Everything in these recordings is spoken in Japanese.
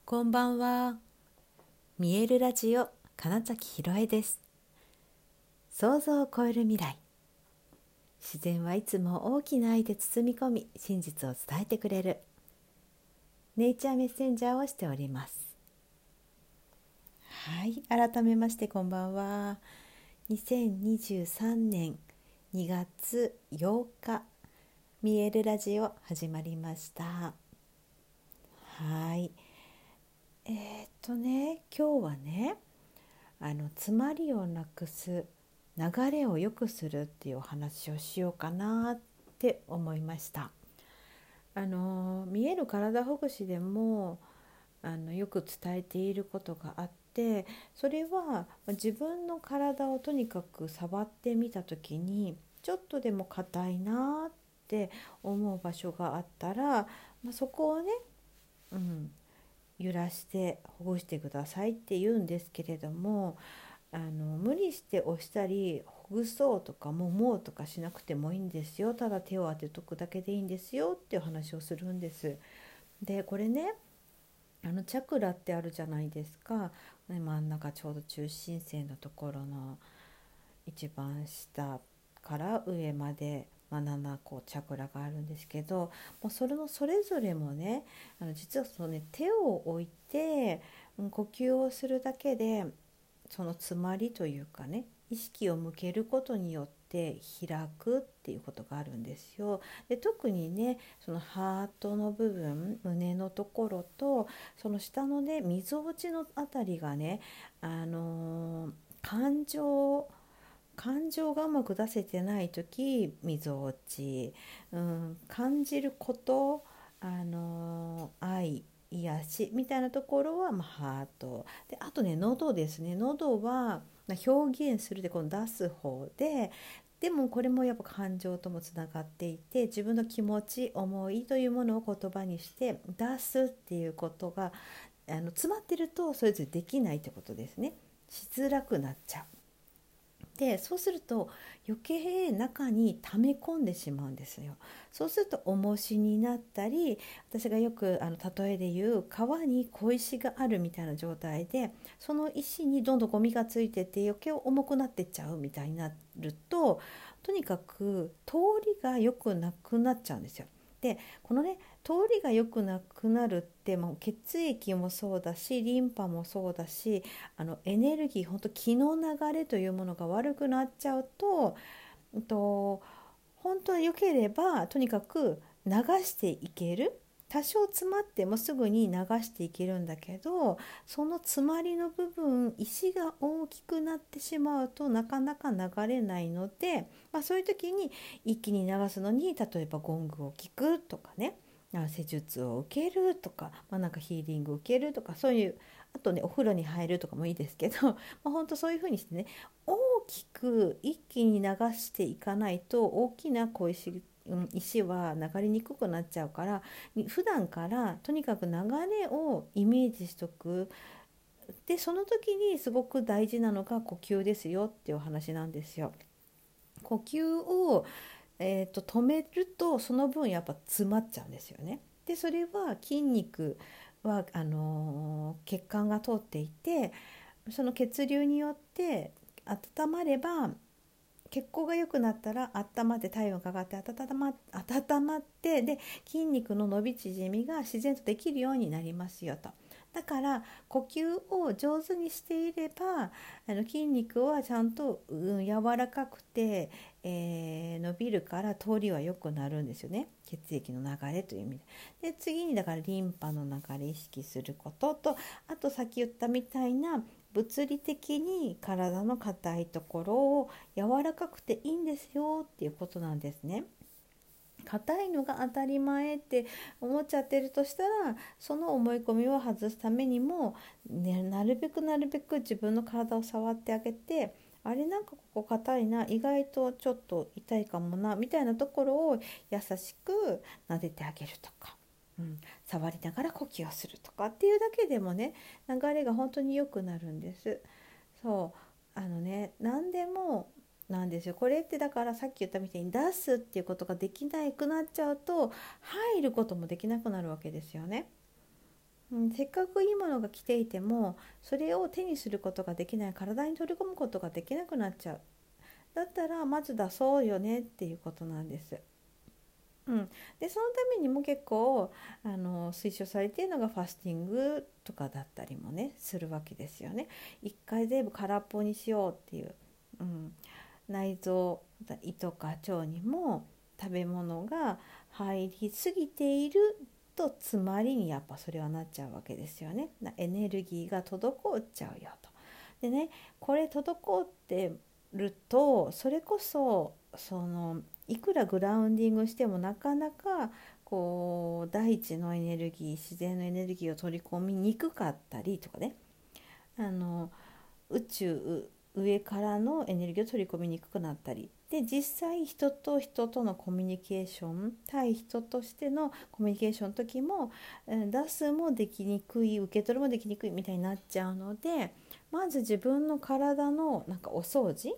こんばんは。見えるラジオ金崎ひろえです。想像を超える未来。自然はいつも大きな愛で包み込み、真実を伝えてくれるネイチャーメッセンジャーをしております。はい、改めましてこんばんは。2023年2月8日、見えるラジオ始まりました。はい。今日はね、詰まりをなくす、流れを良くするっていうお話をしようかなって思いました。見える体ほぐしでもよく伝えていることがあって、それは自分の体をとにかく触ってみた時にちょっとでも硬いなって思う場所があったら、そこをね、うん、揺らしてほぐしてくださいって言うんですけれども、無理して押したりほぐそうとか揉もうとかしなくてもいいんですよ。ただ手を当てとくだけでいいんですよっていう話をするんです。でこれね、チャクラってあるじゃないですか。真ん中ちょうど中心線のところの一番下から上まで、7個チャクラがあるんですけど、もうそれのそれぞれもね、実はそのね、手を置いて、呼吸をするだけでその詰まりというかね、意識を向けることによって開くっていうことがあるんですよ。で特にね、そのハートの部分、胸のところとその下のね、みぞおちのあたりがね、感情がうまく出せてない時みぞおち、感じること、愛、癒しみたいなところは、ハートで、あとね、喉ですね。喉は表現するで、この出す方で、でもこれもやっぱ感情ともつながっていて、自分の気持ち、思いというものを言葉にして出すっていうことが詰まってると、それぞれできないってことですね。しづらくなっちゃう。でそうすると余計中に溜め込んでしまうんですよ。そうすると重しになったり、私がよく例えで言う川に小石があるみたいな状態で、その石にどんどんゴミがついてって余計重くなってっちゃうみたいになると、とにかく通りが良くなくなっちゃうんですよ。でこのね、通りが良くなくなるって、もう血液もそうだしリンパもそうだし、エネルギー、本当気の流れというものが悪くなっちゃうと、本当は良ければとにかく流していける、多少詰まってもすぐに流していけるんだけど、その詰まりの部分、石が大きくなってしまうとなかなか流れないので、そういう時に一気に流すのに、例えばゴングを聞くとかね、施術を受けるとか、なんかヒーリングを受けるとか、そういう、あとね、お風呂に入るとかもいいですけど、本当そういう風にしてね、大きく一気に流していかないと、大きな小石、石は流れにくくなっちゃうから、普段からとにかく流れをイメージしとく。でその時にすごく大事なのが呼吸ですよっていうお話なんですよ。呼吸を、止めるとその分やっぱ詰まっちゃうんですよね。でそれは筋肉は血管が通っていて、その血流によって温まれば、血行が良くなったら温まって、体温がかかって温まって、で筋肉の伸び縮みが自然とできるようになりますよと。だから呼吸を上手にしていれば、筋肉はちゃんと、柔らかくて、伸びるから通りは良くなるんですよね。血液の流れという意味で。次にだからリンパの流れ意識することと、あとさっき言ったみたいな物理的に体の硬いところを柔らかくていいんですよっていうことなんですね。硬いのが当たり前って思っちゃってるとしたら、その思い込みを外すためにも、ね、なるべく自分の体を触ってあげて、あれ、なんかここ硬いな、意外とちょっと痛いかもなみたいなところを優しく撫でてあげるとか、触りながら呼吸をするとかっていうだけでもね、流れが本当に良くなるんです。そう何でもなんですよ。これってだからさっき言ったみたいに出すっていうことができなくなっちゃうと、入ることもできなくなるわけですよね。 せっかくいいものが来ていてもそれを手にすることができない、体に取り込むことができなくなっちゃう。だったらまず出そうよねっていうことなんです。でそのためにも結構推奨されているのがファスティングとかだったりもねするわけですよね。一回全部空っぽにしようっていう、内臓胃とか腸にも食べ物が入りすぎていると、つまりにやっぱそれはなっちゃうわけですよね。エネルギーが滞っちゃうよと。でね、これ滞ってるとそれこそいくらグラウンディングしてもなかなかこう大地のエネルギー、自然のエネルギーを取り込みにくかったりとかね、あの宇宙上からのエネルギーを取り込みにくくなったりで、実際人と人とのコミュニケーション、対人としてのコミュニケーションの時も出すもできにくい、受け取るもできにくいみたいになっちゃうので、まず自分の体のなんかお掃除、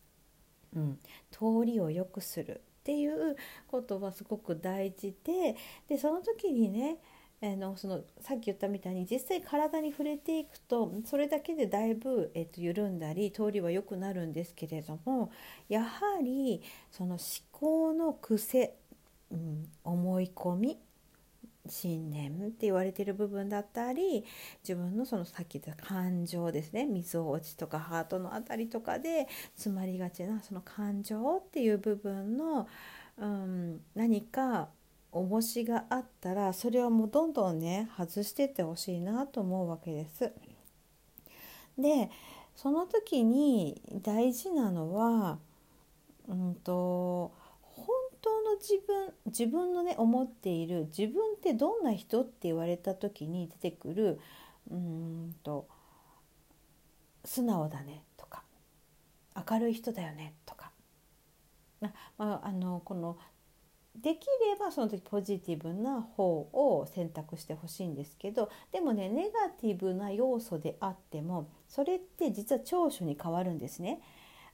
通りを良くするっていうことはすごく大事で、その時にね、さっき言ったみたいに実際体に触れていくとそれだけでだいぶ、緩んだり通りは良くなるんですけれども、やはりその思考の癖、思い込み、信念って言われている部分だったり、自分のそのさっき言った感情ですね、みぞおちとかハートのあたりとかで詰まりがちなその感情っていう部分の、何か重しがあったらそれはもうどんどんね外していってほしいなと思うわけです。でその時に大事なのは、本当の自分のね思っている自分ってどんな人って言われた時に出てくる、素直だねとか明るい人だよねとか、このできればその時ポジティブな方を選択してほしいんですけど、でもねネガティブな要素であってもそれって実は長所に変わるんですね。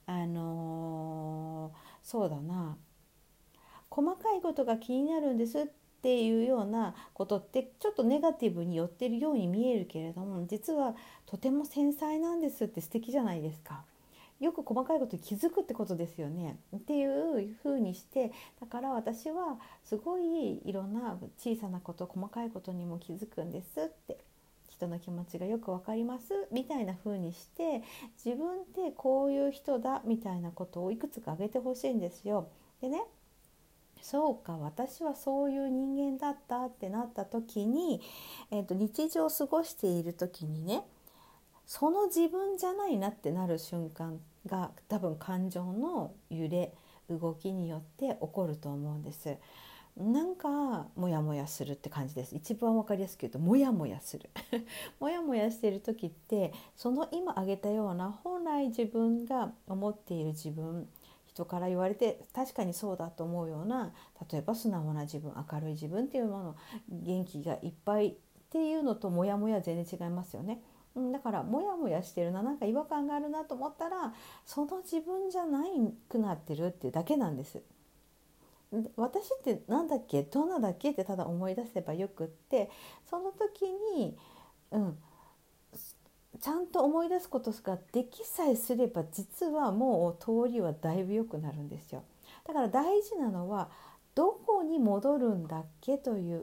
そうだな、細かいことが気になるんですっていうようなことってちょっとネガティブに寄ってるように見えるけれども、実はとても繊細なんですって素敵じゃないですか。よく細かいことに気づくってことですよねっていう風にして、だから私はすごいいろんな小さなこと、細かいことにも気づくんですって、人の気持ちがよくわかりますみたいな風にして、自分ってこういう人だみたいなことをいくつか挙げてほしいんですよ。でね、そうか私はそういう人間だったってなった時に、日常を過ごしている時にね、その自分じゃないなってなる瞬間が多分感情の揺れ動きによって起こると思うんです。なんかモヤモヤするって感じです。一番わかりやすく言うとモヤモヤするモヤモヤしている時ってその今挙げたような本来自分が思っている自分、人から言われて確かにそうだと思うような、例えば素直な自分、明るい自分っていうもの、元気がいっぱいっていうのとモヤモヤ全然違いますよね。だからモヤモヤしてるな、なんか違和感があるなと思ったらその自分じゃないくなってるっていうだけなんです。で私ってなんだっけ、どんなだっけってただ思い出せばよくって、その時に、うん、ちゃんと思い出すことができさえすれば実はもう通りはだいぶ良くなるんですよ。だから大事なのはどこに戻るんだっけという、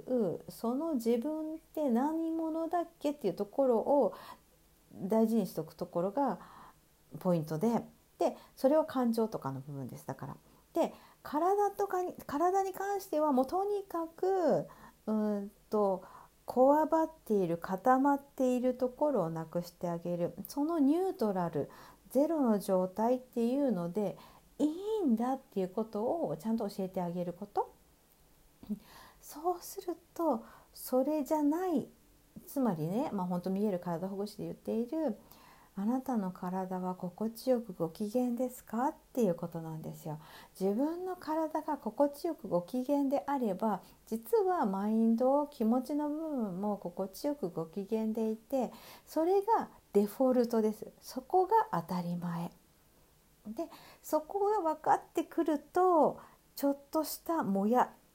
その自分って何者だっけっていうところを大事にしておくところがポイントでそれは感情とかの部分です。だからで体に関してはもうとにかくこわばっている、固まっているところをなくしてあげる、そのニュートラルゼロの状態っていうのでいいんだっていうことをちゃんと教えてあげること。そうするとそれじゃない、つまりね、本当見える体ほぐしで言っているあなたの体は心地よくご機嫌ですかっていうことなんですよ。自分の体が心地よくご機嫌であれば実はマインド、気持ちの部分も心地よくご機嫌でいて、それがデフォルトです。そこが当たり前で、そこが分かってくるとちょっとしたもや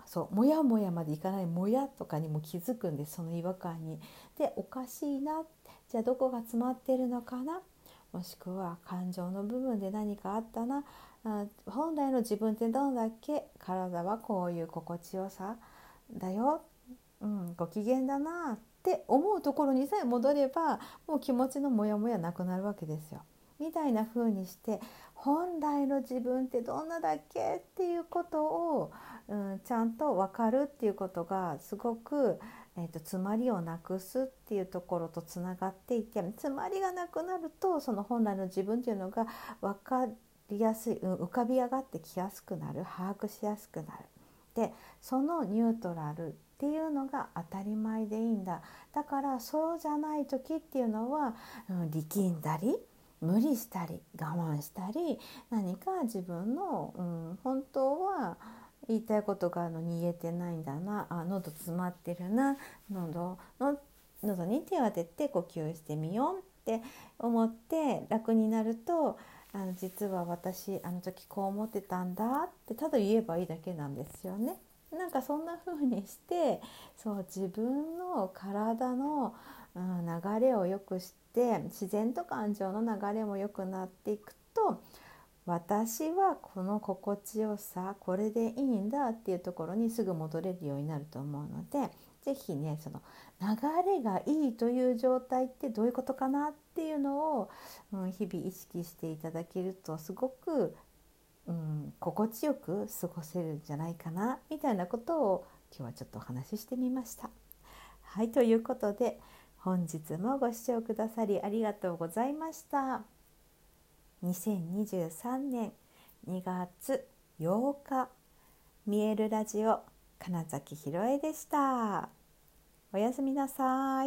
そうもやもやまでいかない、もやとかにも気づくんです、その違和感に。でおかしいな、じゃあどこが詰まってるのかな、もしくは感情の部分で何かあったな、本来の自分ってどんだっけ、体はこういう心地よさだよ、ご機嫌だなって思うところにさえ戻れば、もう気持ちのモヤモヤなくなるわけですよ。みたいな風にして、本来の自分ってどんなだっけっていうことを、ちゃんと分かるっていうことがすごく、詰まりをなくすっていうところとつながっていて、詰まりがなくなるとその本来の自分っていうのが分かりやすい、浮かび上がってきやすくなる、把握しやすくなる。でそのニュートラルっていうのが当たり前でいいんだ。だからそうじゃない時っていうのは、力んだり無理したり我慢したり、何か自分の、本当は言いたいことがあるのに言えてないんだな、喉詰まってるな、喉に手を当てて呼吸してみようって思って楽になると、実は私あの時こう思ってたんだってただ言えばいいだけなんですよね。なんかそんな風にして、そう自分の体の、流れを良くして、自然と感情の流れも良くなっていくと、私はこの心地よさ、これでいいんだっていうところにすぐ戻れるようになると思うので、ぜひね、その流れがいいという状態ってどういうことかなっていうのを、日々意識していただけるとすごく、心地よく過ごせるんじゃないかなみたいなことを今日はちょっとお話ししてみました。はい、ということで本日もご視聴くださりありがとうございました。2023年2月8日、見えるラジオ金崎ひろえでした。おやすみなさい。